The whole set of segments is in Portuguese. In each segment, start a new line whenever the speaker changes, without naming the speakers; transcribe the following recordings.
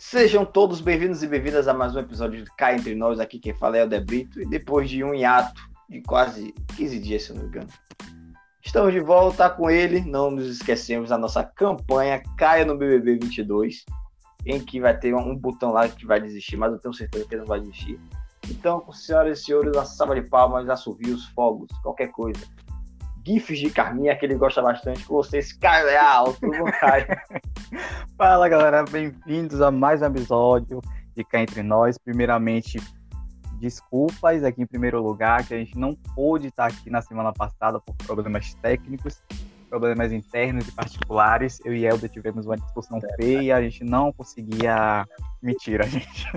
Sejam todos bem-vindos e bem-vindas a mais um episódio de Cá Entre Nós. Aqui quem fala é o Debrito. E depois de um hiato de quase 15 dias, se eu não me engano, estamos de volta com ele. Não nos esquecemos da nossa campanha Caia no BBB 22, em que vai ter um botão lá que vai desistir, mas eu tenho certeza que ele não vai desistir. Então, senhoras e senhores, uma salva de palmas, assovios, fogos, qualquer coisa. GIFs de Carminha, que ele gosta bastante, com vocês, Caio Leal, tudo bom, Caio?
Fala, galera, bem-vindos a mais um episódio de Cá Entre Nós. Primeiramente, desculpas aqui em primeiro lugar, que a gente não pôde estar aqui na semana passada por problemas técnicos, problemas internos e particulares. Eu e Helder tivemos uma discussão feia, a gente não conseguia... Mentira,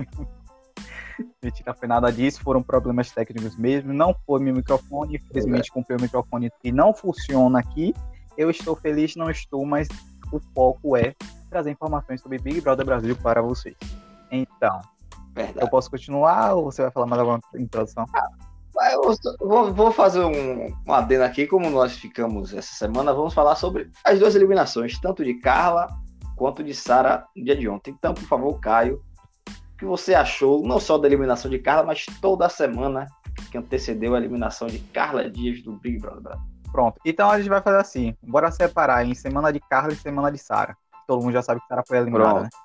foi nada disso, foram problemas técnicos mesmo, não foi meu microfone, infelizmente comprei o microfone que não funciona aqui. Eu estou feliz, não estou, mas o foco é trazer informações sobre Big Brother Brasil para vocês. Então,
Verdade.
Eu posso continuar ou você vai falar mais alguma introdução?
Eu vou fazer um adendo aqui, como nós ficamos essa semana, vamos falar sobre as duas eliminações, tanto de Carla quanto de Sara no dia de ontem. Então, por favor, Caio, o que você achou, não só da eliminação de Carla, mas toda a semana que antecedeu a eliminação de Carla Dias do Big Brother Brasil?
Pronto, então a gente vai fazer assim, bora separar em semana de Carla e semana de Sara. Todo mundo já sabe que Sara foi eliminada, né?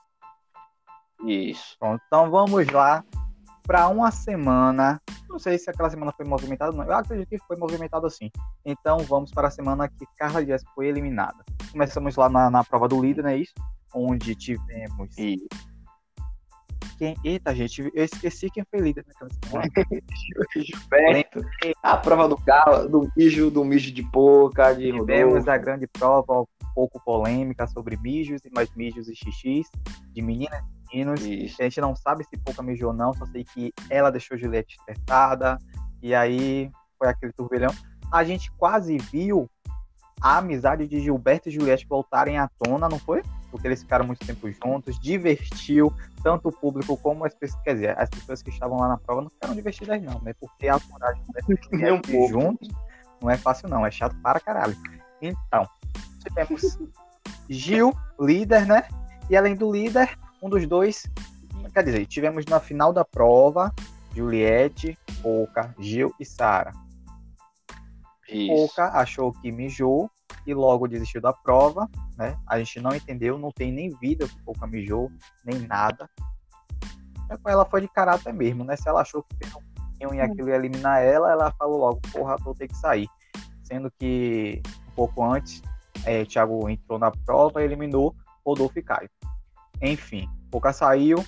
Isso.
Pronto, então vamos lá para uma semana. Não sei se aquela semana foi movimentada, não. Eu acredito que foi movimentada sim. Então vamos para a semana que Carla Dias foi eliminada. Começamos lá na prova do líder, né? Isso? Onde tivemos.
Isso.
Eita, gente, eu esqueci quem foi líder naquela semana.
Gilberto. A prova do carro, do mijo de porca, de Rodolfo.
Tivemos a grande prova, um pouco polêmica sobre mijos e mais mijos e xixis de meninas e meninos.
Isso.
A gente não sabe se Pouca mijou ou não, só sei que ela deixou Juliette despertada, e aí foi aquele turbilhão. A gente quase viu a amizade de Gilberto e Juliette voltarem à tona, não foi? Porque eles ficaram muito tempo juntos, divertiu tanto o público como as pessoas, quer dizer, as pessoas que estavam lá na prova não ficaram divertidas não, né? Porque a coragem de juntos não é fácil não, é chato para caralho. Então, tivemos Gil, líder, né? E além do líder, um dos dois, quer dizer, tivemos na final da prova, Juliette, Pouca, Gil e Sara. Pouca achou que mijou e logo desistiu da prova, né? A gente não entendeu, não tem nem vida que Pouca mijou, nem nada. Ela foi de caráter mesmo, né? Se ela achou que e aquilo ia eliminar ela falou logo, porra, vou ter que sair. Sendo que um pouco antes, Thiago entrou na prova e eliminou Rodolfo e Caio. Enfim, Pouca saiu.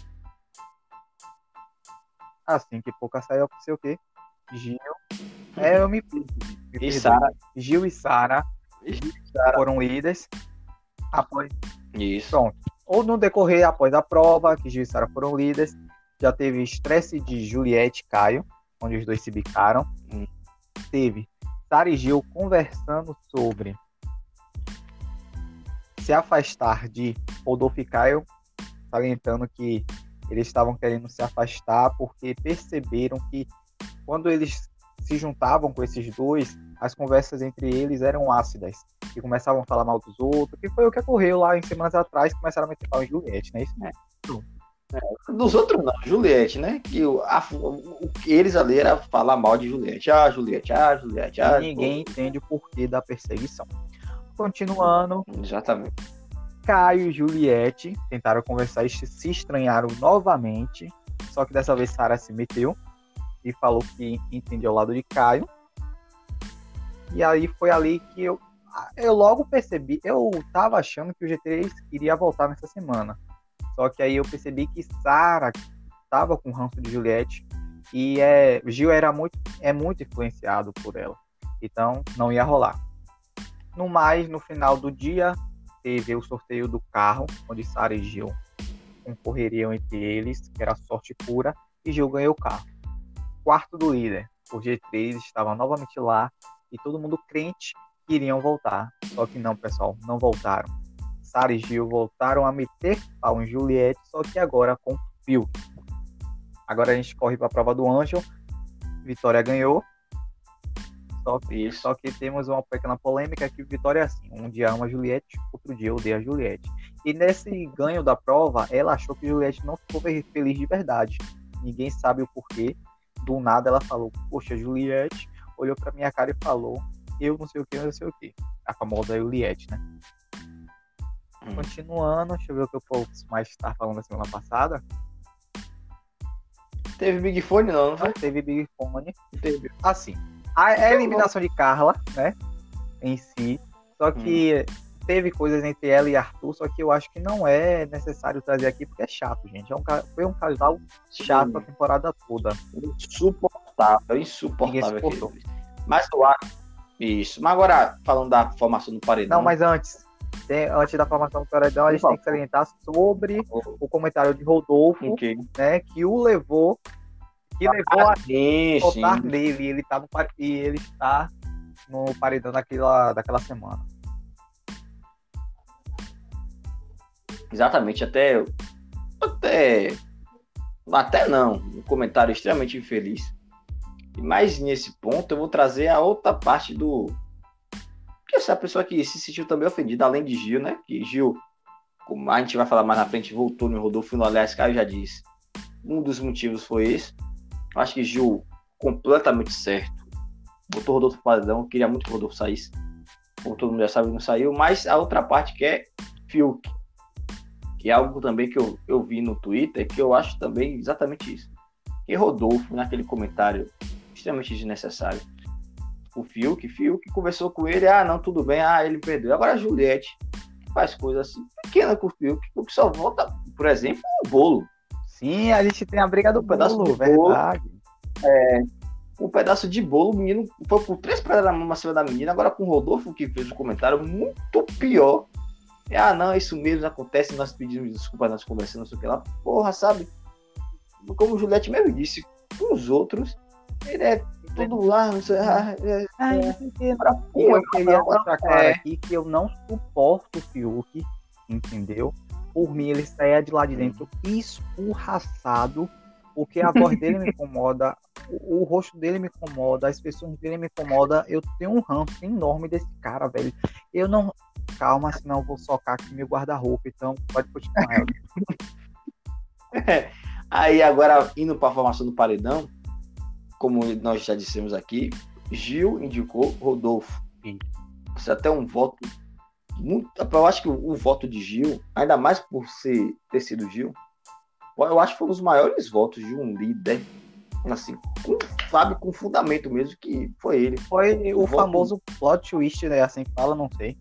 Assim que Pouca saiu, aconteceu o quê? Gil. Eu me
e Sara.
Gil e Sara foram líderes após.
Isso.
Pronto. Ou no decorrer após a prova, que Gil e Sara foram líderes, já teve estresse de Juliette e Caio, onde os dois se bicaram. Teve Sara e Gil conversando sobre se afastar de Rodolfo e Caio, salientando que eles estavam querendo se afastar porque perceberam que quando eles se juntavam com esses dois, as conversas entre eles eram ácidas, e começavam a falar mal dos outros, que foi o que ocorreu lá em semanas atrás, começaram a meter pau em Juliette, né? Isso?
Dos outros não, Juliette, né? Que eles ali era falar mal de Juliette. Juliette.
Ninguém entende o porquê da perseguição. Continuando.
Exatamente.
Caio e Juliette tentaram conversar e se estranharam novamente, só que dessa vez Sara se meteu e falou que entendia o lado de Caio. E aí foi ali que eu logo percebi, eu tava achando que o G3 iria voltar nessa semana. Só que aí eu percebi que Sara tava com o ranço de Juliette e o Gil é muito influenciado por ela. Então não ia rolar. No mais, no final do dia, teve o sorteio do carro, onde Sara e Gil concorreriam entre eles, que era sorte pura, e Gil ganhou o carro. Quarto do líder, o G3 estava novamente lá e todo mundo crente que iriam voltar. Só que não, pessoal, não voltaram. Sara e Gil voltaram a meter pau em Juliette, só que agora com Phil. Agora a gente corre para a prova do Anjo. Vitória ganhou.
Isso.
Só que temos uma pequena polêmica que Vitória é assim. Um dia ama a Juliette, outro dia odeia a Juliette. E nesse ganho da prova, ela achou que Juliette não ficou feliz de verdade. Ninguém sabe o porquê. Do nada ela falou, poxa, Juliette olhou pra minha cara e falou, eu não sei o que, eu não sei o que. A famosa Juliette, né? Continuando, deixa eu ver o que o povo mais está falando na semana passada.
Teve Big Fone não foi?
Não teve Big Fone.
Teve.
Assim, a eliminação de Carla, né, em si, só que teve coisas entre ela e Arthur, só que eu acho que não é necessário trazer aqui, porque é chato, gente. Foi um casal chato a temporada toda.
Insuportável aquilo. Mas eu acho isso. Mas agora, falando da formação do paredão...
Não, mas antes da formação do paredão, a gente tem que salientar sobre o comentário de Rodolfo, né, que o levou... Que levou a votar nele. Ele está no paredão daquela semana.
Exatamente, até não, um comentário extremamente infeliz. Mas nesse ponto eu vou trazer a outra parte do... Que essa pessoa que se sentiu também ofendida, além de Gil, né? Que Gil, como a gente vai falar mais na frente, voltou no Rodolfo e no Aliás, Caio já disse. Um dos motivos foi esse. Eu acho que Gil, completamente certo, botou o Rodolfo no paredão, queria muito que o Rodolfo saísse. Como todo mundo já sabe, não saiu. Mas a outra parte que é Fiuk. Que é algo também que eu vi no Twitter, que eu acho também exatamente isso. E Rodolfo, naquele comentário extremamente desnecessário, o Fiuk conversou com ele, não, tudo bem, ele perdeu. Agora a Juliette faz coisas assim, pequena com o Fiuk só volta, por exemplo, um bolo.
Sim, a gente tem a briga do bolo, verdade.
Um pedaço de bolo, o menino foi por 3 pedras na mão cima da menina, agora com o Rodolfo, que fez um comentário muito pior. Não, é isso mesmo, acontece, nós pedimos desculpa, nós conversamos, não sei o que lá. Porra, sabe? Como o Juliette mesmo disse, com os outros, ele é tudo lá, não sei.
Eu queria deixar claro aqui que eu não suporto o Fiuk, entendeu? Por mim, ele saia de lá de dentro escorraçado, porque a voz dele me incomoda, o rosto dele me incomoda, as expressões dele me incomodam. Eu tenho um ranço enorme desse cara, velho. Eu não... Calma, senão eu vou socar aqui meu guarda-roupa, então pode continuar.
Aí agora, indo para a formação do paredão, como nós já dissemos aqui, Gil indicou Rodolfo. Isso é até um voto muito... Eu acho que o voto de Gil, ainda mais por ter sido Gil, eu acho que foi um dos maiores votos de um líder, assim, com fundamento mesmo, que foi ele.
Foi o famoso plot twist, né? Assim fala, não sei.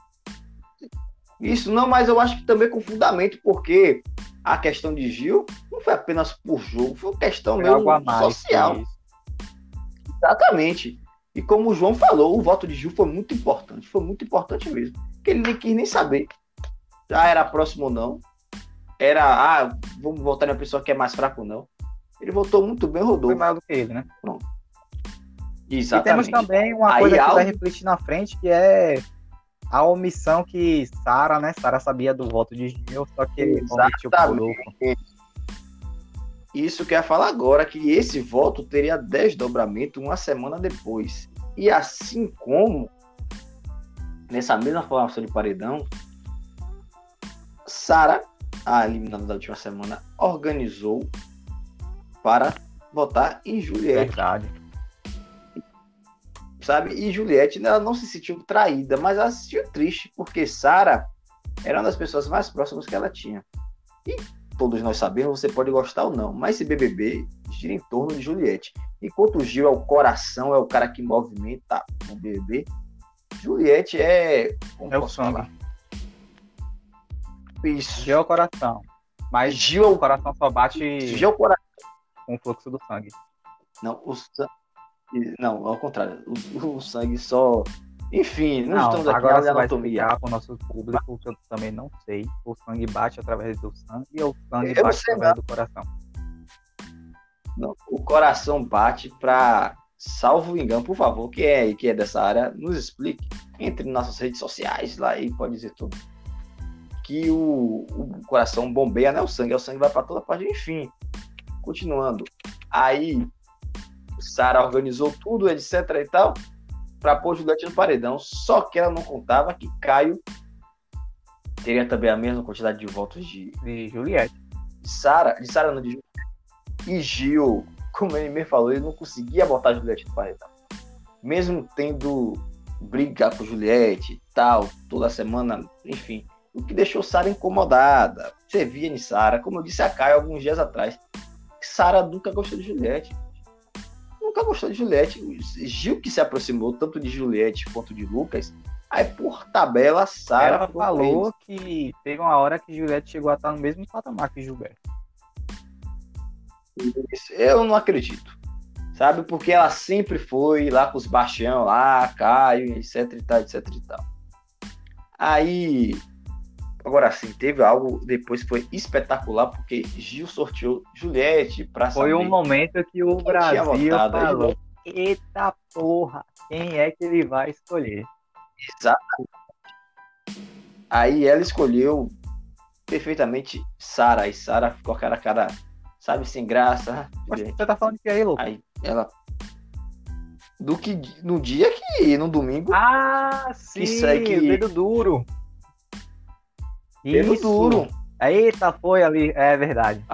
Isso, não, mas eu acho que também com fundamento, porque a questão de Gil não foi apenas por jogo, foi uma questão mesmo social. Exatamente. E como o João falou, o voto de Gil foi muito importante mesmo. Porque ele nem quis nem saber. Já era próximo ou não. Era, vamos votar na pessoa que é mais fraca ou não. Ele votou muito bem, Rodolfo.
Foi maior do que ele, né?
Pronto. Exatamente.
E temos também uma coisa que vai refletir na frente, que é a omissão que Sara, né? Sara sabia do voto de Gil, só que ele omitiu o Rodolfo.
Isso que eu ia falar agora, que esse voto teria desdobramento uma semana depois. E assim como, nessa mesma formação de paredão, Sara, a eliminada da última semana, organizou para votar em Juliette.
Verdade.
Sabe? E Juliette, ela não se sentiu traída, mas ela se sentiu triste, porque Sara era uma das pessoas mais próximas que ela tinha. E todos nós sabemos, você pode gostar ou não, mas esse BBB gira em torno de Juliette. Enquanto o Gil é o coração, é o cara que movimenta o BBB, Juliette é
o sangue.
Isso.
Gil é o coração. Mas Gil, o coração só bate
Gil é o coração.
Com o fluxo do sangue.
Não, ao contrário. O sangue só... Enfim, não estamos aqui
agora
na anatomia.
Para o nosso público, que eu também não sei. O sangue bate através do sangue ou o sangue bate através do coração?
Não, o coração bate para... Salvo engano, por favor, que é dessa área, nos explique. Entre nossas redes sociais, lá e pode dizer tudo. Que o coração bombeia, né? O sangue vai para toda parte. Enfim, continuando. Aí, Sara organizou tudo, etc e tal. para pôr Juliette no paredão, só que ela não contava que Caio teria também a mesma quantidade de votos de
Juliette.
Sara não, de Juliette. E Gil, como ele mesmo falou, ele não conseguia botar a Juliette no paredão. Mesmo tendo briga com Juliette e tal, toda semana, enfim. O que deixou Sara incomodada. Você via em Sara, como eu disse a Caio alguns dias atrás, Sara nunca gostou de Juliette. Nunca gostou de Juliette. Gil que se aproximou tanto de Juliette quanto de Lucas. Aí, por tabela, Sara
Ela falou que teve uma hora que Juliette chegou a estar no mesmo patamar que Gilberto.
Eu não acredito. Sabe? Porque ela sempre foi lá com os baixão, lá, Caio, etc e tal, etc e tal. Aí, agora sim, teve algo depois que foi espetacular, porque Gil sorteou Juliette pra saber.
Foi um momento que o Brasil
votado,
falou, eita porra, quem é que ele vai escolher?
Exatamente. Aí ela escolheu perfeitamente Sara, e Sara ficou aquela cara, sabe, sem graça.
Mas você tá falando que aí, louco?
Aí ela... Do que no dia que, no domingo...
Ah, sim,
que...
dedo duro.
Dedo duro.
Eita, foi ali, é verdade.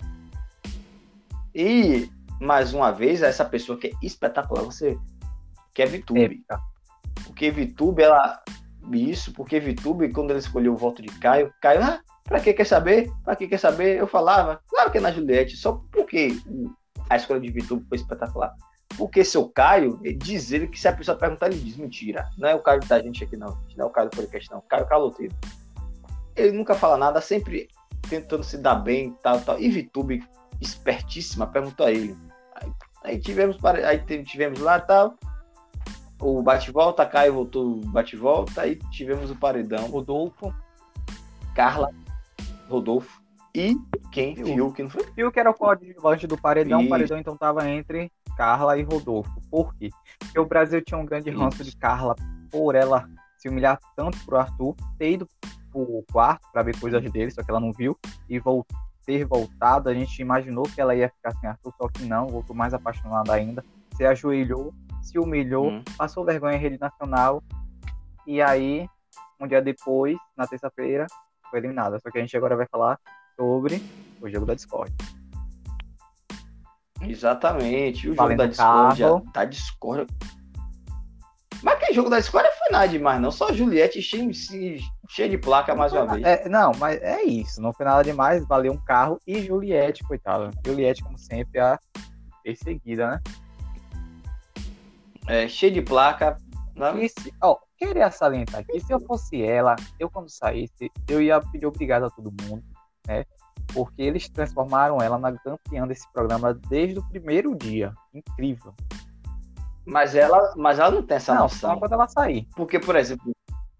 E, mais uma vez, essa pessoa que é espetacular, você quer VTube. Porque VTube, porque VTube, quando ela escolheu o voto de Caio, pra que quer saber? Pra que quer saber? Eu falava, claro que é na Juliette, só porque a escolha de VTube foi espetacular. Porque seu Caio, diz ele que se a pessoa perguntar, ele diz, mentira, não é o Caio da gente aqui não é o Caio do podcast não, Caio Caloteiro. Ele nunca fala nada, sempre tentando se dar bem, tal. E VTube, espertíssima, perguntou a ele. Aí tivemos lá, tal, o bate-volta, Caio voltou o bate-volta, aí tivemos o paredão.
Rodolfo,
Carla, Rodolfo e quem? Fiuk, não foi?
Fiuk era o coadjuvante do paredão, o paredão então tava entre Carla e Rodolfo. Por quê? Porque o Brasil tinha um grande ranço de Carla por ela se humilhar tanto pro Arthur, ter ido pro quarto pra ver coisas dele, só que ela não viu, e ter voltado, a gente imaginou que ela ia ficar sem Arthur, só que não, voltou mais apaixonada ainda, se ajoelhou, se humilhou, passou vergonha em rede nacional, e aí, um dia depois, na terça-feira, foi eliminada. Só que a gente agora vai falar sobre o jogo da Discord.
Exatamente, o
Valendo
jogo da Discord. Mas que jogo da Discord foi nada demais, não. Só Juliette cheia de placa mais uma vez.
Não, mas é isso. Não foi nada demais. Valeu um carro e Juliette, coitada. Juliette, como sempre, a perseguida, né?
Cheia de placa.
Queria salientar aqui, se eu fosse ela, eu quando saísse, eu ia pedir obrigado a todo mundo, né? Porque eles transformaram ela na campeã desse programa desde o primeiro dia. Incrível.
Mas ela não tem essa noção.
Só quando ela sair.
Porque, por exemplo,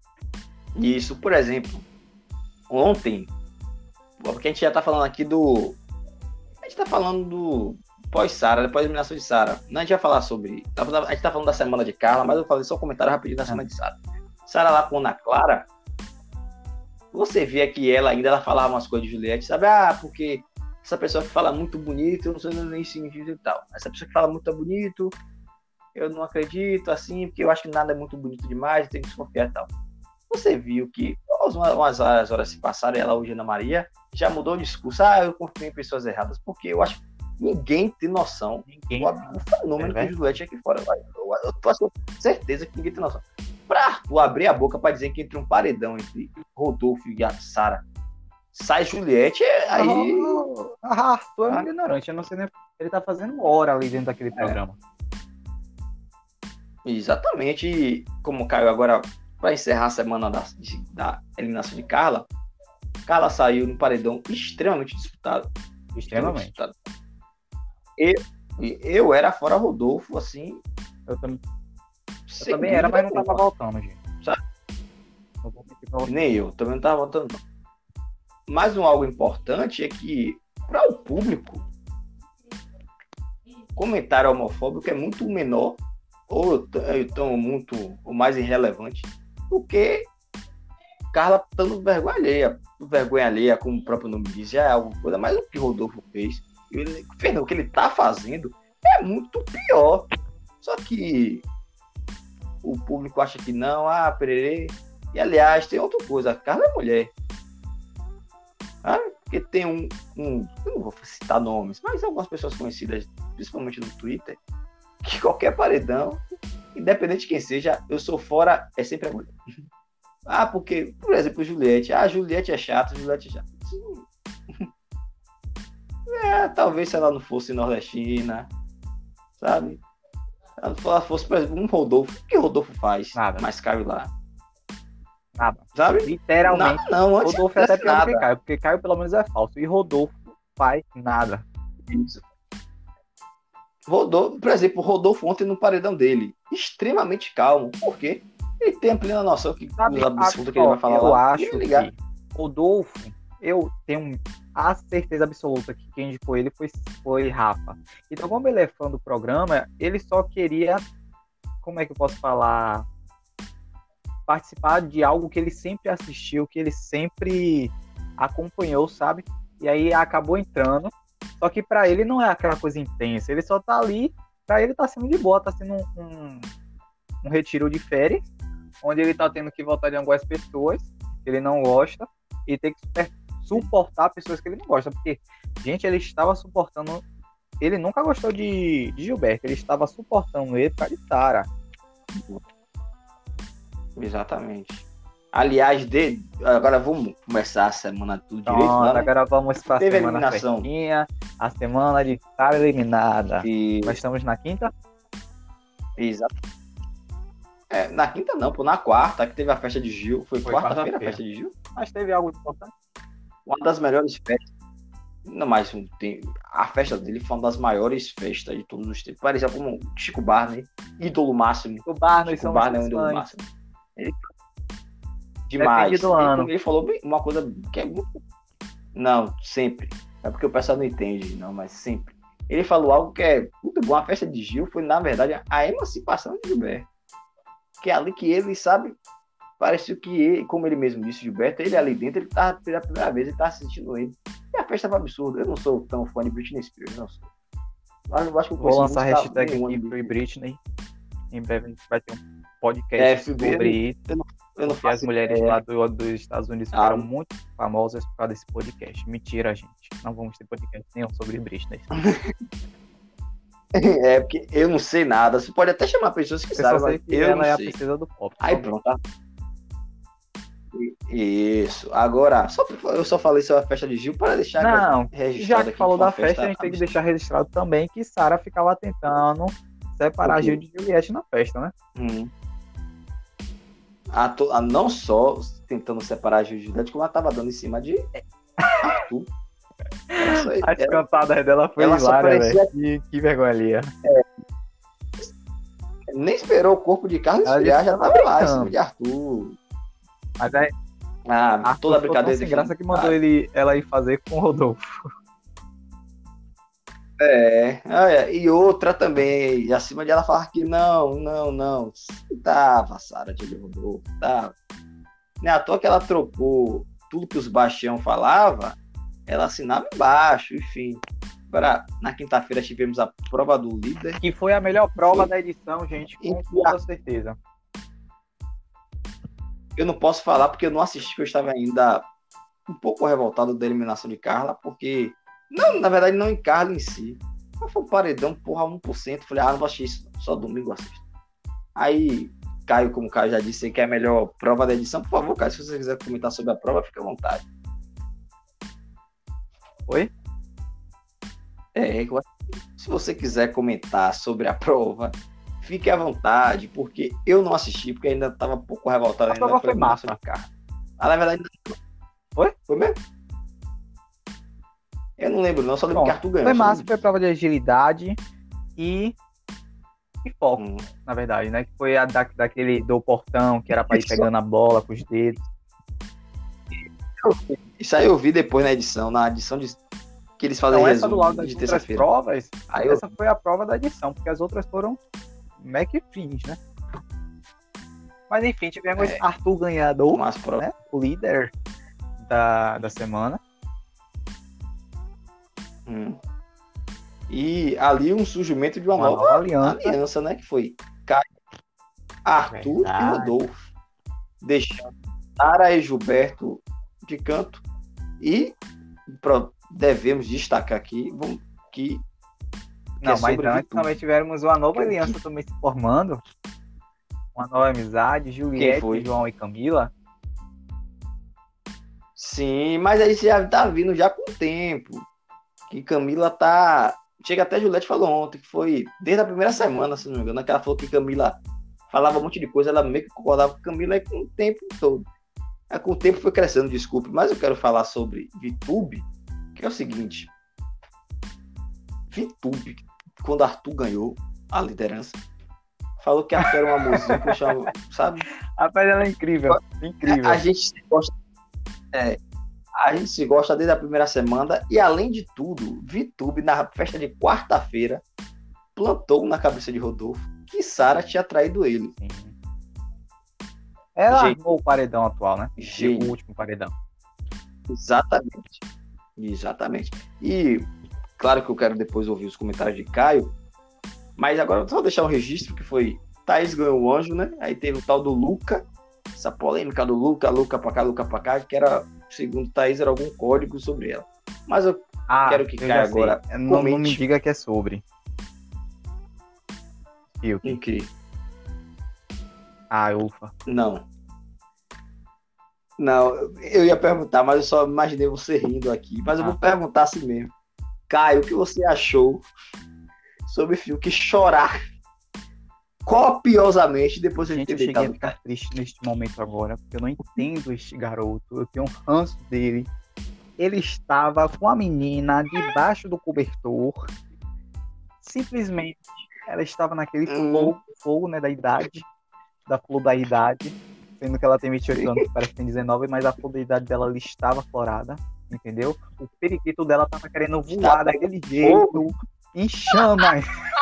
ontem, porque a gente já tá falando aqui a gente tá falando do pós-Sara, depois da eliminação de Sara. Não, a gente vai falar sobre... A gente tá falando da semana de Carla, mas eu falei só um comentário rapidinho da semana de Sara. Sara lá com Ana Clara, você via que ela falava umas coisas de Juliette, sabe? Porque essa pessoa que fala muito bonito, eu não sei nem sentido e tal. Essa pessoa que fala muito bonito, eu não acredito, assim, porque eu acho que nada é muito bonito demais, tem que desconfiar e tal. Você viu que umas horas se passaram, ela hoje, Ana Maria, já mudou o discurso. Eu confio em pessoas erradas, porque eu acho que ninguém tem noção do fenômeno que o Juliette é aqui fora. Eu tô certeza que ninguém tem noção. Pra tu abrir a boca pra dizer que entre um paredão entre Rodolfo e a Sara sai Juliette, aí...
Arthur é um ignorante, eu não sei nem... Ele tá fazendo hora ali dentro daquele programa.
Exatamente. E como caiu agora, pra encerrar a semana da eliminação de Carla, Carla saiu num paredão extremamente disputado.
Extremamente.
Eu era fora Rodolfo, assim...
Eu também era, mas não tava voltando, gente.
Sabe? Nem eu, também não tava voltando, não. Mas algo importante é que, para o público, comentário homofóbico é muito menor ou mais irrelevante do que Carla dando vergonha alheia, como o próprio nome diz, já é alguma coisa, mas o que Rodolfo fez, o que ele tá fazendo é muito pior. Só que o público acha que não, pererê. E aliás, tem outra coisa, a Carla é mulher. Porque tem eu não vou citar nomes, mas algumas pessoas conhecidas, principalmente no Twitter, que qualquer paredão, independente de quem seja, eu sou fora, é sempre a mulher. Porque, por exemplo, Juliette. Juliette é chata, Juliette é chata. Talvez se ela não fosse nordestina, sabe? Se ela fosse, por exemplo, um Rodolfo. O que Rodolfo faz?
Nada.
Mas Caio lá.
Nada.
Sabe?
Literalmente.
Nada não, antes
Rodolfo é até pior do que
nada.
Caio, porque Caio pelo menos é falso. E Rodolfo faz nada.
Isso. Rodolfo, por exemplo, o Rodolfo ontem no paredão dele, extremamente calmo. Por quê? Ele tem a plena noção que os absurdos que ele vai falar
eu
lá.
acho que Rodolfo, eu tenho a certeza absoluta que quem indicou ele foi Rafa. Então, como ele é fã do programa, ele só queria, como é que eu posso falar, participar de algo que ele sempre assistiu, que ele sempre acompanhou, sabe? E aí acabou entrando. Só que pra ele não é aquela coisa intensa. Ele só tá ali, pra ele tá sendo de boa, tá sendo um retiro de férias, onde ele tá tendo que votar em algumas pessoas que ele não gosta e tem que suportar pessoas que ele não gosta. Porque, gente, ele estava suportando. Ele nunca gostou de Gilberto, ele estava suportando ele pra de Sara.
Exatamente. Aliás, agora vamos começar a semana tudo direito.
Agora vamos para a semana
eliminação.
Festinha, a semana de Sara eliminada.
E...
Nós estamos na quinta?
Exato. Na quinta não, na quarta, que teve a festa de Gil. Foi quarta-feira a festa de Gil?
Mas teve algo importante.
Uma das melhores festas. Não, mas a festa dele foi uma das maiores festas de todos os tempos. Parecia como Chico Barney, ídolo máximo.
O Barney,
Chico Barney é um ídolo máximo.
Demais.
Ele falou uma coisa que é muito... Não, sempre. É porque o pessoal não entende, não, mas sempre. Ele falou algo que é muito bom. A festa de Gil foi, na verdade, a emancipação de Gilberto. Que é ali que ele, sabe, pareceu que ele, como ele mesmo disse, Gilberto, ele ali dentro, ele tava pela primeira vez, ele tava assistindo ele. E a festa foi absurda. Eu não sou tão fã de Britney Spears, não sou. Mas eu acho que
vou lançar a hashtag aqui Free Britney. Em breve a gente vai ter um podcast sobre isso.
Eu não
porque as mulheres lá dos Estados Unidos ficaram muito famosas por causa desse podcast. Mentira, gente. Não vamos ter podcast nenhum sobre Britney.
Porque eu não sei nada. Você pode até chamar pessoas que sabem, mas eu
ela
não
é a
sei.
princesa do pop.
Aí pronto. Isso. Agora, eu só falei sobre a festa de Gil para deixar
registrado. Já que falou da festa, a gente tem que deixar registrado também que Sara ficava tentando separar Gil de Juliette na festa, né?
Não só tentando separar a Gil de Juliette, como ela tava dando em cima de Arthur.
As cantadas dela foi hilária, velho. Que vergonha ali.
Nem esperou o corpo de Carlos esfriar, já tava lá em cima de Arthur.
Mas é.
Arthur toda a brincadeira
sem graça que mandou ela ir fazer com o Rodolfo.
E outra também, acima de ela falar que não, tava Sara de Rodolfo, tava. Não é à toa que ela trocou tudo que os baixão falava, ela assinava embaixo, enfim. Agora, na quinta-feira tivemos a prova do líder.
Que foi a melhor prova da edição, gente, com toda certeza.
Eu não posso falar porque eu não assisti, porque eu estava ainda um pouco revoltado da eliminação de Carla, porque, não, na verdade, não em Carla em si. Mas foi um paredão, 1%. Falei, não vou assistir isso, só domingo eu assisto. Aí, Caio, como o Caio já disse, que é a melhor prova da edição. Por favor, Caio, se você quiser comentar sobre a prova, fique à vontade.
Oi?
Se você quiser comentar sobre a prova, fique à vontade, porque eu não assisti, porque ainda estava um pouco revoltado.
A prova foi massa.
Na verdade,
foi?
Foi mesmo? Eu não lembro, não, só lembro que Arthur ganhou.
Foi massa, foi prova de agilidade e foco, na verdade, né? Que foi a daquele do portão, que era para ir pegando a bola com os dedos.
Isso aí eu vi depois na edição que eles fazem
essa do lado das outras provas,
essa
foi a prova da edição, porque as outras foram fins, né? Mas enfim, tivemos Arthur ganhador, né? O líder da semana.
E ali um surgimento de uma nova aliança, né? Que foi Arthur e
Verdade.
Rodolfo, deixando Sara e Gilberto de canto. E devemos destacar aqui que
Não,
é
mas
sobre
antes
Vitube.
também tivemos uma nova aliança também se formando. Uma nova amizade, Juliette,
foi?
João e Camila.
Sim, mas aí você já tá vindo já com o tempo. Que Camila tá. Chega até a Juliette falou ontem, que foi desde a primeira semana, se não me engano, que ela falou que Camila falava um monte de coisa, ela meio que concordava com Camila com o tempo todo. Aí, com o tempo foi crescendo, desculpe, mas eu quero falar sobre Vitube, que é o seguinte. Vitube, quando Arthur ganhou a liderança, falou que Arthur era um amorzinho, puxava, sabe?
Rapaz, ela é incrível. Incrível.
A gente se gosta. A gente se gosta desde a primeira semana e, além de tudo, Vitube, na festa de quarta-feira, plantou na cabeça de Rodolfo que Sara tinha traído ele.
Sim. Ela
Gente.
armou o paredão atual, né?
Gente.
O último paredão.
Exatamente. E, claro que eu quero depois ouvir os comentários de Caio, mas agora só deixar um registro que foi Thaís ganhou o anjo, né? Aí teve o tal do Luca, essa polêmica do Luca pra cá, que era, segundo Thaís, era algum código sobre ela. Mas eu quero que Caio agora
não me diga que é sobre. Fiuk.
em que?
Ufa.
Não, eu ia perguntar, mas eu só imaginei você rindo aqui. Mas eu vou perguntar assim mesmo. Caio, o que você achou sobre Fiuk chorar copiosamente depois de
Gente,
ter
eu cheguei
deitado
a ficar triste neste momento agora, porque eu não entendo este garoto. Eu tenho um ranço dele. Ele estava com a menina debaixo do cobertor. Simplesmente, ela estava naquele fogo, né, da idade, da flor da idade, sendo que ela tem 28 anos, parece que tem 19, mas a flor da idade dela ali estava florada, entendeu? O periquito dela estava querendo voar daquele jeito, em chamas.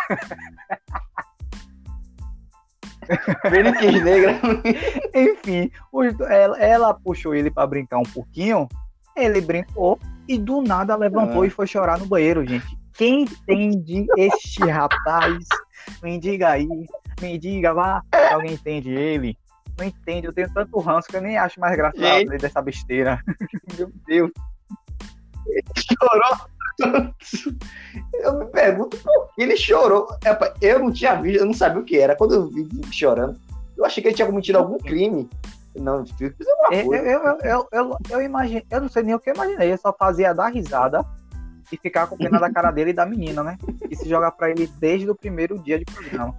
Fênix negra.
Enfim, ela puxou ele para brincar um pouquinho, ele brincou e do nada levantou e foi chorar no banheiro, gente. Quem entende este rapaz? Me diga aí, vá, se alguém entende ele. Não entende, eu tenho tanto ranço que eu nem acho mais engraçado dessa besteira. Meu Deus.
Chorou tanto. Eu me pergunto por que ele chorou. Eu não tinha visto, eu não sabia o que era. Quando eu vi ele chorando, eu achei que ele tinha cometido algum crime. Não, fiz alguma coisa.
Eu imaginei, eu não sei nem o que eu imaginei, eu só fazia dar risada e ficar com pena da cara dele e da menina, né? E se jogar pra ele desde o primeiro dia de programa.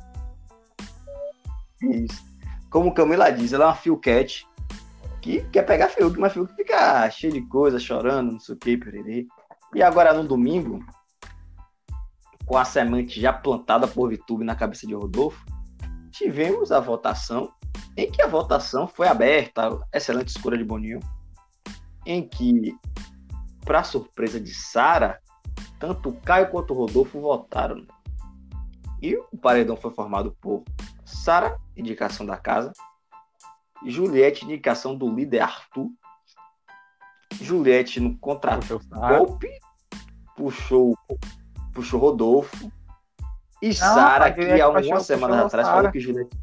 Isso. Como Camila diz, ela é uma Fiukete que quer pegar Fiuk, mas Fiuk fica cheio de coisa, chorando, não sei o que, pererê. E agora no domingo, com a semente já plantada por Vitube na cabeça de Rodolfo, tivemos a votação, em que a votação foi aberta, excelente escolha de Boninho, em que, para surpresa de Sara, tanto o Caio quanto o Rodolfo votaram. E o paredão foi formado por Sara, indicação da casa, Juliette, indicação do líder Arthur, Juliette no contra-golpe puxou Rodolfo, e Sara, que há algumas semanas atrás falou que Juliette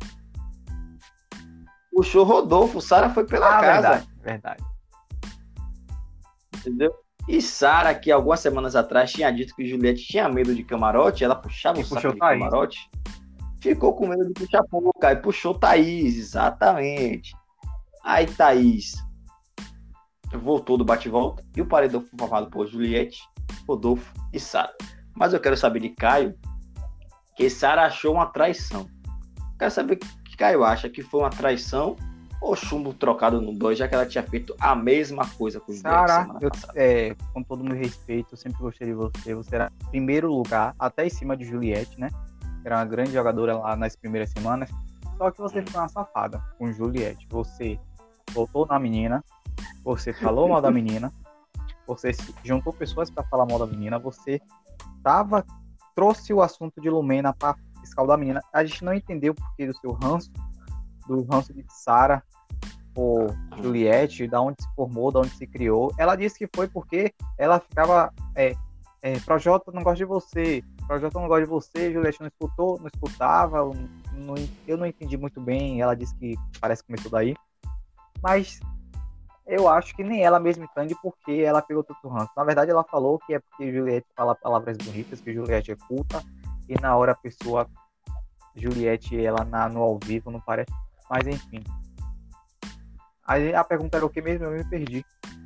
puxou Rodolfo, Sara foi pela casa.
Verdade.
Entendeu? E Sara, que algumas semanas atrás tinha dito que Juliette tinha medo de camarote, ela puxava o saco de camarote, ficou com medo de puxar pouca, e puxou Thaís, exatamente. Aí Thaís voltou do bate-volta, e o paredão foi formado por Juliette, Rodolfo e Sara. Mas eu quero saber de Caio, que Sara achou uma traição. Quero saber o que Caio acha, que foi uma traição ou chumbo trocado no 2, já que ela tinha feito a mesma coisa com o
Sara, com todo o meu respeito, eu sempre gostei de você. Você era em primeiro lugar, até em cima de Juliette, né? Era uma grande jogadora lá nas primeiras semanas. Só que você foi uma safada com Juliette. Você voltou na menina, você falou mal da menina, você juntou pessoas para falar mal da menina, você trouxe o assunto de Lumena para fiscal da menina. A gente não entendeu o porquê do seu ranço, do ranço de Sara por Juliette, da onde se formou, da onde se criou. Ela disse que foi porque ela ficava Projota não gosta de você, Projota não gosta de você, Juliette não escutava, eu não entendi muito bem, ela disse que parece que começou daí, mas eu acho que nem ela mesma entende porque ela pegou tanto ranço. Na verdade, ela falou que é porque Juliette fala palavras bonitas, que Juliette é culta, e na hora a pessoa, Juliette, ela no ao vivo não parece, mas enfim. Aí a pergunta era o que mesmo? Eu me perdi.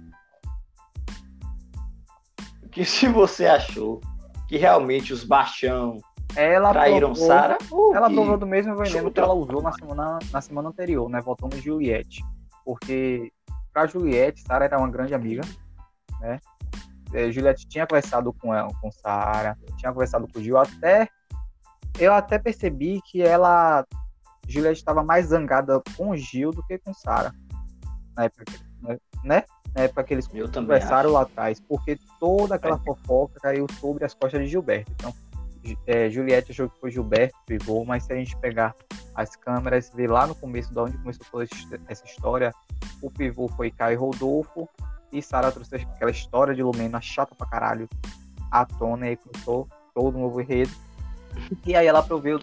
Que se você achou que realmente os Baixão
Ela
traíram
provou,
Sarah,
ela provou do mesmo veneno que
chuta.
ela usou na semana anterior, né? Voltando em Juliette. Porque pra Juliette, Sarah era uma grande amiga, né? Juliette tinha conversado com ela, com Sarah, tinha conversado com o Gil, eu até percebi que Juliette estava mais zangada com o Gil do que com Sarah. Na época, né? Na época que eles conversaram lá atrás, porque toda aquela fofoca caiu sobre as costas de Gilberto. Então, Juliette achou que foi Gilberto que pegou, mas se a gente pegar as câmeras e ver lá no começo, de onde começou toda essa história, o pivô foi Caio e Rodolfo, e Sarah trouxe aquela história de Lumena chata pra caralho à tona, e aí começou todo um novo enredo. E aí ela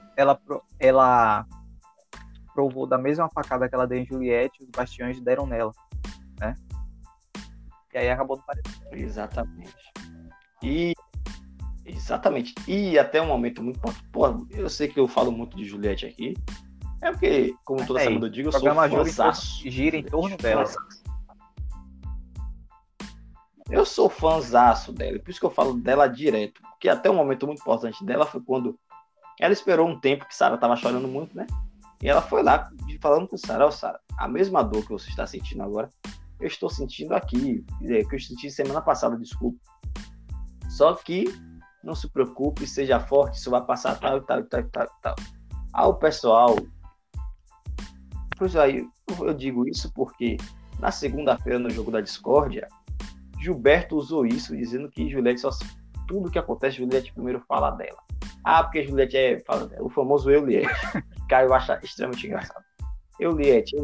provou da mesma facada que ela deu em Juliette, os bastiões deram nela, né? E aí acabou no paredão.
Exatamente. E até um momento muito importante. Pô, eu sei que eu falo muito de Juliette aqui. É porque, como toda semana eu digo, eu sou fãzaço.
Gira em torno dela.
Eu sou fãzaço dela. Por isso que eu falo dela direto. Porque até um momento muito importante dela foi quando ela esperou um tempo que Sarah tava chorando muito, né? E ela foi lá falando com Sarah, Sarah, a mesma dor que você está sentindo agora, eu estou sentindo aqui, que eu senti semana passada, desculpa. Só que não se preocupe, seja forte, isso vai passar, tal. O pessoal... Por isso aí, eu digo isso porque na segunda-feira, no jogo da discórdia, Gilberto usou isso, dizendo que Juliette, tudo que acontece, Juliette primeiro fala dela. Porque Juliette fala dela, o famoso Eliette. Caio acha extremamente engraçado. Eliette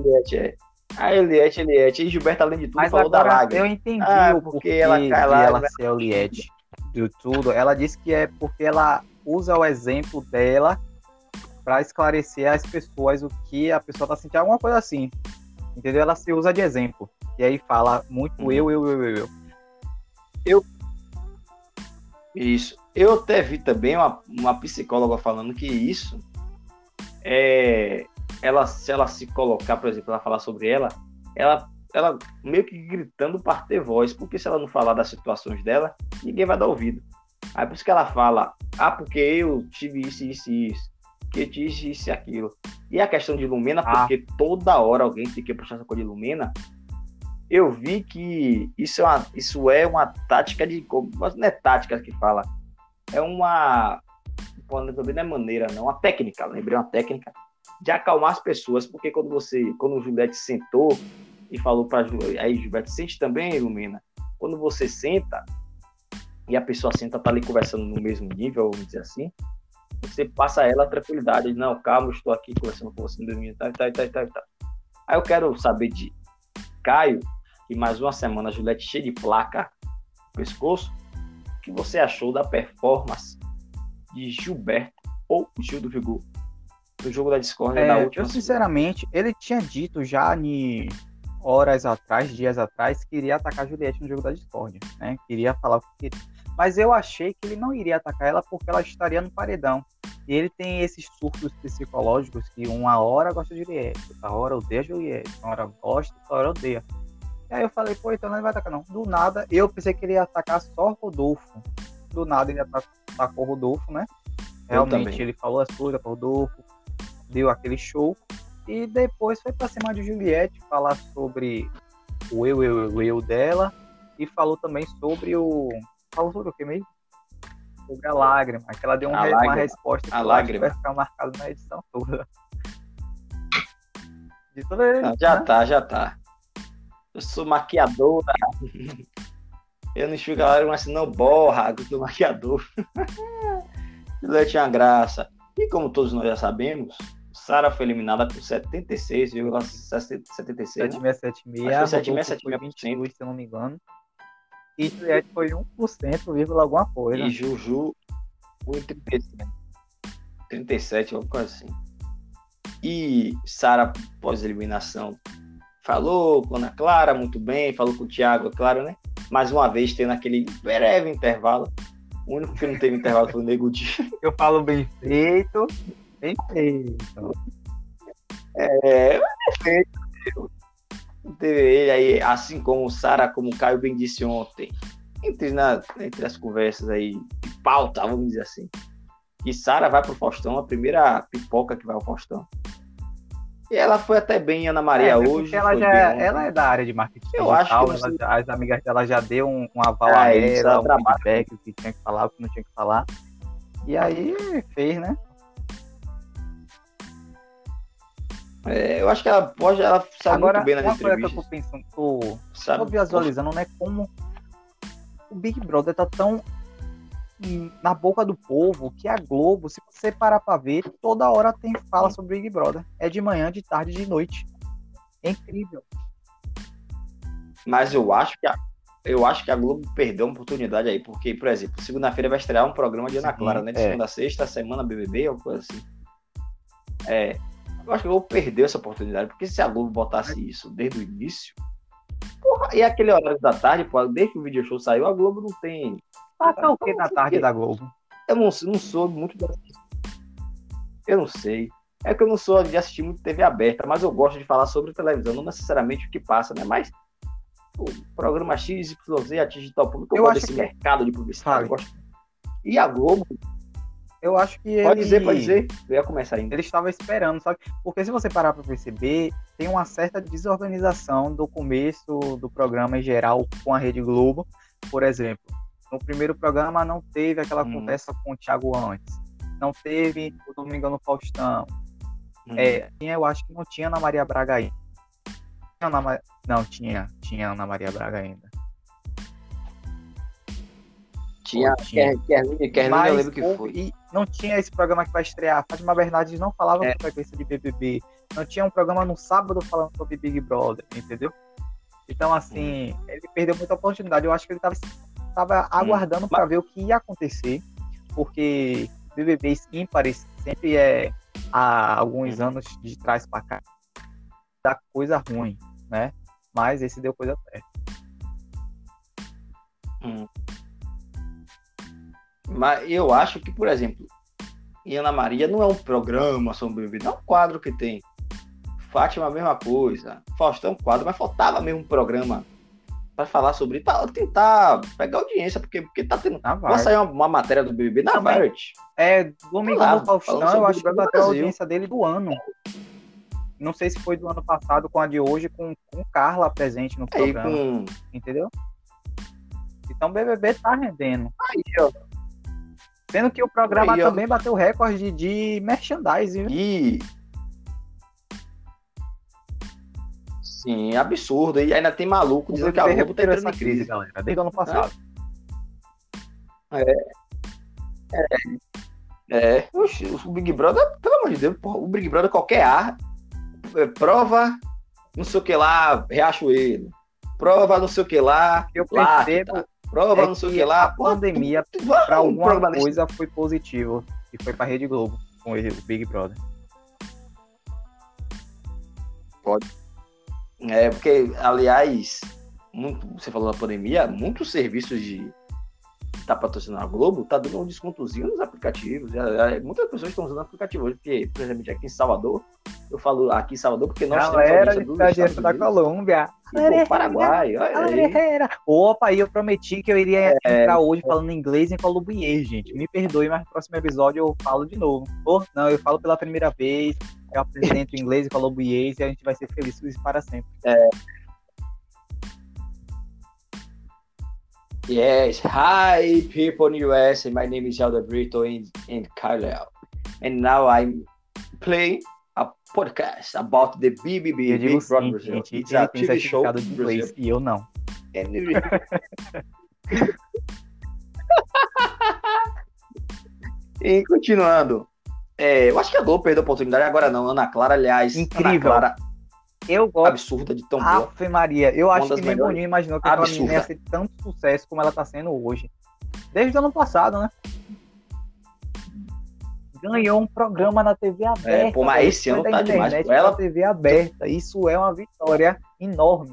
e Gilberto, além de tudo,
mas
falou da lágrima.
Eu entendi o
porquê ela cai lá.
Ela ser Eliette de tudo. Ela disse que é porque ela usa o exemplo dela para esclarecer às pessoas o que a pessoa tá sentindo, alguma coisa assim. Entendeu? Ela se usa de exemplo. E aí fala muito eu.
Isso. Eu até vi também uma psicóloga falando que isso se ela se colocar, por exemplo, ela falar sobre ela meio que gritando para ter voz, porque se ela não falar das situações dela, ninguém vai dar ouvido. Aí por isso que ela fala, porque eu tive isso, que eu tive isso e aquilo. E a questão de Lumena, porque toda hora alguém tem que puxar essa coisa de Lumena, eu vi que isso é uma tática mas não é tática que fala, é uma, também não é maneira, não, uma técnica, lembrei uma técnica de acalmar as pessoas, porque quando o Juliette sentou e falou para aí Gilberto, sente também, Lumena, quando você senta e a pessoa senta, tá ali conversando no mesmo nível, vamos dizer assim, você passa a ela a tranquilidade, não, calma, eu estou aqui conversando com você no mesmo nível, tá. Aí eu quero saber de Caio, e mais uma semana a Juliette cheia de placa no pescoço, o que você achou da performance de Gilberto ou Gil do Vigor no jogo da discórdia da última?
Eu sinceramente, ele tinha dito já dias atrás, que iria atacar a Juliette no jogo da discórdia, né? Queria falar o que queria. Mas eu achei que ele não iria atacar ela porque ela estaria no paredão. E ele tem esses surtos psicológicos que uma hora gosta de Juliette, outra hora odeia Juliette, uma hora gosta, outra hora odeia. E aí eu falei, então não vai atacar não. Do nada, eu pensei que ele ia atacar só Rodolfo. Do nada ele atacou Rodolfo, né? Realmente ele falou as coisas para Rodolfo, deu aquele show. E depois foi pra cima de Juliette falar sobre o eu dela. E falou também sobre Falou sobre o que mesmo? Sobre a lágrima. Que ela deu uma resposta que vai ficar marcado na edição toda. De toda ele,
já tá. Eu sou maquiadora. Eu não enxugo a lágrima assim, não borra. Eu sou maquiador. Juliette é uma graça. E como todos nós já sabemos, Sarah foi eliminada por 76,76%.
76,76%.
76,76%.
Se eu não me engano. E Juliette foi 1%, vírgula alguma coisa.
E Juju, 1,37. 37, alguma coisa assim. E Sara, pós-eliminação, falou com a Ana Clara muito bem, falou com o Thiago, é claro, né? Mais uma vez, tendo aquele breve intervalo. O único que não teve intervalo foi o Nego Di.
Eu falo bem feito, bem feito.
Perfeito. Teve ele aí, assim como o Sara, como o Caio bem disse ontem, entre as conversas aí de pauta, vamos dizer assim, que Sara vai pro Faustão, a primeira pipoca que vai ao Faustão. E ela foi até bem em Ana Maria hoje.
Ela é da área de marketing
eu
digital,
acho que
as amigas dela já deu um aval a ela, um feedback, o que tinha que falar, o que não tinha que falar. E aí fez, né?
Eu acho que ela sabe
agora,
muito bem nas
uma
entrevistas.
coisa que eu tô pensando, tô visualizando, né? Como o Big Brother tá tão na boca do povo que a Globo, se você parar pra ver, toda hora tem fala sobre Big Brother. É de manhã, de tarde, de noite. É incrível.
Mas eu acho que a Globo perdeu uma oportunidade aí, porque, por exemplo, segunda-feira vai estrear um programa de Ana Clara, né? De segunda a sexta, semana BBB, alguma coisa assim. Eu acho que a Globo perdeu essa oportunidade, porque se a Globo botasse isso desde o início, porra, e aquele horário da tarde, pô, desde que o video show saiu, a Globo não tem...
Passa o que na tarde da Globo?
Eu não sou muito de assistir. Eu não sei. É que eu não sou de assistir muito TV aberta, mas eu gosto de falar sobre televisão, não necessariamente o que passa, né? Mas o programa X, Y, atinge tal público, eu gosto desse mercado de publicidade. Eu gosto. E a Globo...
Eu acho que
pode dizer. Eu ia começar ainda.
Ele estava esperando, sabe? Porque se você parar para perceber, tem uma certa desorganização do começo do programa em geral com a Rede Globo. Por exemplo, no primeiro programa não teve aquela conversa com o Thiago antes. Não teve o Domingão no Faustão. Eu acho que não tinha Ana Maria Braga ainda. Não, tinha Ana Maria Braga ainda.
Tinha. Kerline, eu lembro que foi.
E não tinha esse programa que vai estrear. Fátima Bernardes não falava com frequência de BBB. Não tinha um programa no sábado falando sobre Big Brother, entendeu? Então, assim, ele perdeu muita oportunidade. Eu acho que ele estava aguardando para ver o que ia acontecer, porque BBBs ímpares sempre há alguns anos de trás para cá, dá coisa ruim, né? Mas esse deu coisa certa.
Mas eu acho que, por exemplo, em Ana Maria não é um programa sobre BBB, não é um quadro que tem. Fátima, a mesma coisa. Faustão, quadro, mas faltava mesmo um programa para falar sobre, para tentar pegar audiência, porque tá tendo. Vai sair uma matéria do BBB na Variety.
Domingão do Faustão, eu acho que bateu a audiência dele do ano. Não sei se foi do ano passado com a de hoje, com Carla presente no programa. Entendeu? Então o BBB tá rendendo.
Aí, ó.
Sendo que o programa também bateu recorde de merchandising.
Sim, absurdo. E ainda tem maluco dizendo que a Globo tá entrando em crise,
galera, desde o ano passado.
O Big Brother, pelo amor de Deus, porra, o Big Brother qualquer prova, não sei o que lá, Riachuelo. Prova, não sei o que lá,
eu percebo.
Prova, não sei o que lá.
A pandemia, para alguma coisa, foi positivo. E foi pra Rede Globo, com o Big Brother.
Pode. Porque, aliás, você falou da pandemia, muitos serviços de tá patrocinando a Globo, tá dando um descontozinho nos aplicativos. Muitas pessoas estão usando aplicativo hoje, porque, por exemplo, aqui em Salvador, eu falo aqui em Salvador porque nós
temos a audiência da Colômbia.
Paraguai, olha aí.
Opa, e eu prometi que eu iria entrar hoje falando inglês em colombiês, gente. Me perdoe, mas no próximo episódio eu falo de novo. Não, eu falo pela primeira vez, eu apresento inglês e colombiês e a gente vai ser felizes para sempre.
Yes, hi people in US, my name is Aldo Brito and Kyle. And now I'm playing a podcast about the BBB,
eu digo
Big Brother
Brasil.
Gente,
It's a TV show de inglês, e eu não.
E continuando, eu acho que a Globo perdeu a oportunidade, agora não, Ana Clara, aliás,
incrível. Eu gosto.
absurda de tão boa.
Ave Maria, eu acho
das
que nem
melhores.
Boninho imaginou que aquela
Absurda.
menina ia ser tanto sucesso como ela tá sendo hoje. Desde o ano passado, né? Ganhou um programa na TV aberta.
Pô, mas
velho.
esse ano
Foi da
tá demais.
internet
Pô. Ela
pra TV aberta. Isso é uma vitória enorme.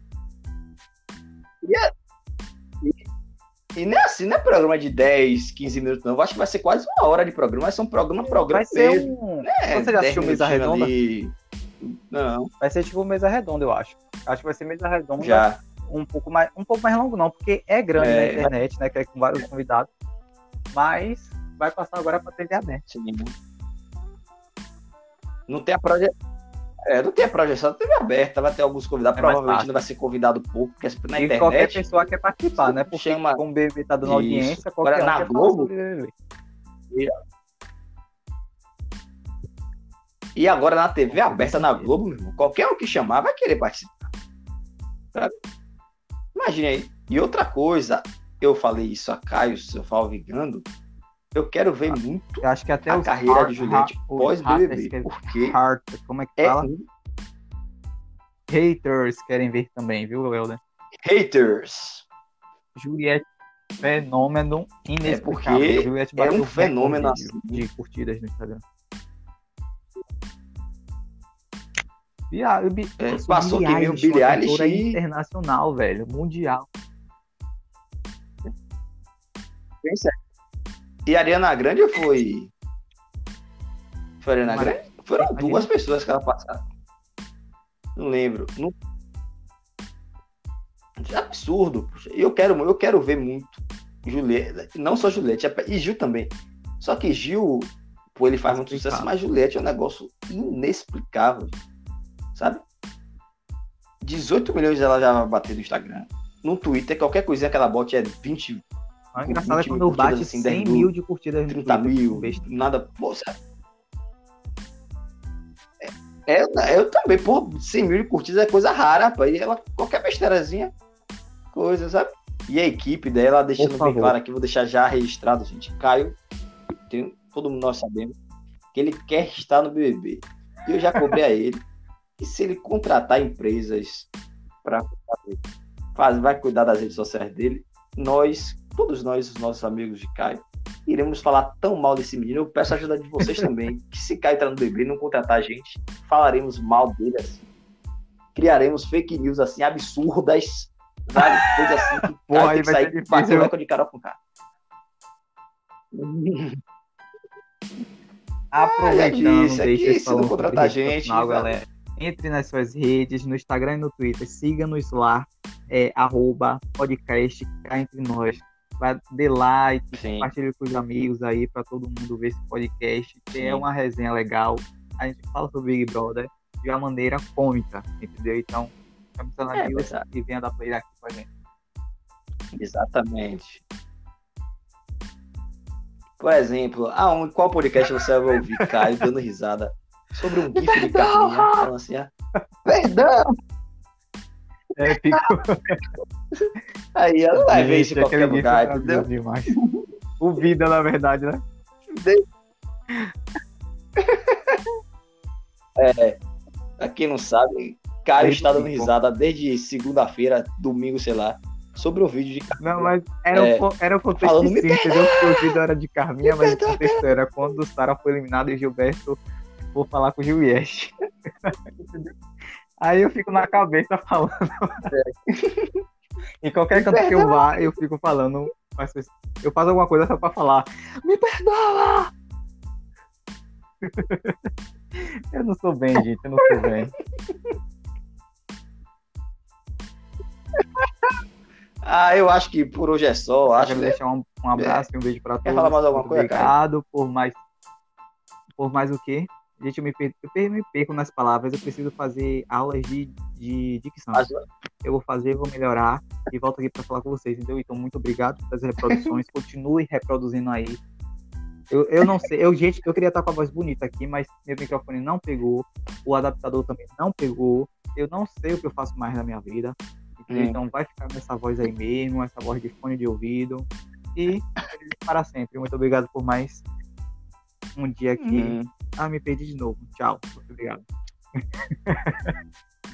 E não é assim, não é programa de 10, 15 minutos, não. Eu acho que vai ser quase uma hora de programa. Vai ser um programa
Vai ser
mesmo.
um.
É,
Você já assistiu
10
Mesa
minutinhos
Redonda?
ali. Não,
Vai ser tipo Mesa Redonda, eu acho. Acho que vai ser Mesa Redonda.
já.
Um pouco mais longo, não, porque é grande na internet, né? Que é com vários convidados. Mas vai passar agora pra TV aberta.
Sim. Não tem a projeção. Não tem a projeção da TV aberta, vai ter alguns convidados.
É mais
Provavelmente
fácil.
não vai ser convidado pouco, porque na
E
internet.
qualquer pessoa quer participar, né? Porque
chama-
como o BBB tá dando
Isso.
audiência, qualquer
Agora,
um
na
quer falar
Globo-
sobre BBB.
E agora na TV aberta, na Globo, meu irmão, qualquer um que chamar vai querer participar. Sabe? Imagine aí. E outra coisa, eu falei isso a Caio, se eu falo Vigando, eu quero ver muito
Eu acho que até
a
os
carreira de Juliette
os
pós-BBB,
haters
porque
como é que
é
fala?
um
Haters querem ver também, viu, Helder?
haters.
Juliette, fenômeno inexplicável.
porque
Juliette
é um
bateu
fenômeno
recorde
assim.
de curtidas no Instagram.
Passou que nem o Billie
uma
Eilish
cantora
e-
internacional, velho, mundial.
Bem certo. E a Ariana Grande foi. Foi a Ariana
Mas-
Grande? Foram
Imagina.
duas pessoas que ela passaram. Não lembro. Não... É absurdo. Poxa. Eu quero ver muito Juliette. Não só Juliette, e Gil também. Só que Gil, pô, ele faz muito sucesso, mas Juliette é um negócio inexplicável. Sabe? 18 milhões ela já bateu no Instagram. No Twitter, qualquer coisinha que ela bote é 20,
O engraçado é
20
quando
mil
eu bate
curtidas, assim,
100
10
mil de curtidas no
30
Twitter,
mil,
besta.
nada. Pô, sabe? Eu também, pô, 100 mil de curtidas é coisa rara, rapaz. E ela, qualquer besteirazinha, coisa, sabe? E a equipe dela, deixando bem claro aqui, vou deixar já registrado, gente. Caio, todo mundo nós sabemos que ele quer estar no BBB. E eu já cobrei a ele que se ele contratar empresas para vai cuidar das redes sociais dele, todos nós, os nossos amigos de Caio, iremos falar tão mal desse menino. Eu peço a ajuda de vocês também, que se Caio entrar no BBB e não contratar a gente, falaremos mal dele assim. Criaremos fake news assim, absurdas, várias coisas assim, que
Pô,
Caio
aí
tem que
vai
sair
ser
e
difícil,
bater o
né?
recorde de Carol com cara.
Aproveitando,
isso,
deixa
aqui,
eu
se
falar
não
sobre
contratar a
rede
gente,
social,
vai.
galera. Entre nas suas redes, no Instagram e no Twitter, siga-nos lá, @podcast cá entre nós. Vai, dê like,
Sim.
compartilhe com os amigos aí para todo mundo ver esse podcast, que
Sim.
é uma resenha legal. A gente fala sobre Big Brother de uma maneira cômica, entendeu? Então, chame seus amigos
verdade.
e venha dar play aqui com a gente.
Exatamente. Por exemplo, qual podcast você vai ouvir Caio dando risada sobre um gif de Carminha falando assim, perdão!
Épico.
Aí ela vai ver isso em
Gente,
qualquer
aquele
lugar,
gif é
entendeu?
maravilhoso demais. O Vida, na verdade, né?
Pra quem não sabe, Caio
Aí
está dando
ficou.
risada desde segunda-feira, domingo, sei lá, sobre um vídeo de Carminha.
Não, mas era o contexto
falando,
sim,
me
entendeu? Porque o vídeo era de Carminha, mas o
perdão,
contexto era quando o Sara foi eliminado e o Gilberto for falar com o Juliette. Entendeu? Aí eu fico na cabeça falando. Em qualquer canto que eu vá, eu fico falando. Eu faço alguma coisa só pra falar. Me perdoa! Eu não sou bem, gente. Eu não sou bem.
Eu acho que por hoje é só.
Eu
Acho
quero
que
deixar um abraço e um beijo pra todos.
Quer falar mais alguma
Muito
coisa,
obrigado por mais o quê? Gente, eu me perco nas palavras. Eu preciso fazer aulas de dicção. Eu vou fazer, vou melhorar e volto aqui para falar com vocês, entendeu? Então, muito obrigado pelas reproduções. Continue reproduzindo aí. Eu não sei. Gente, eu queria estar com a voz bonita aqui, mas meu microfone não pegou. O adaptador também não pegou. Eu não sei o que eu faço mais na minha vida. Entendeu? Então, vai ficar nessa voz aí mesmo, essa voz de fone de ouvido. E para sempre. Muito obrigado por mais um dia aqui. Me perdi de novo. Tchau. Muito obrigado.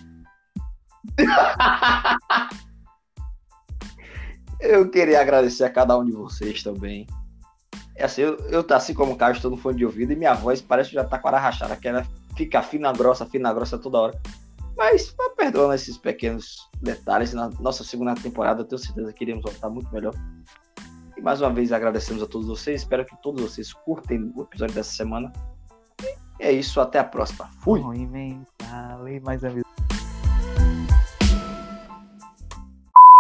Eu queria agradecer a cada um de vocês também. É assim, eu assim como o Caio, estou no fone de ouvido e minha voz parece que já tá com a rachada, que ela fica fina grossa toda hora. Mas perdoando esses pequenos detalhes, na nossa segunda temporada eu tenho certeza que iremos voltar muito melhor. E mais uma vez agradecemos a todos vocês, espero que todos vocês curtem o episódio dessa semana. E é isso, até a próxima. Fui!
Mais uma vez.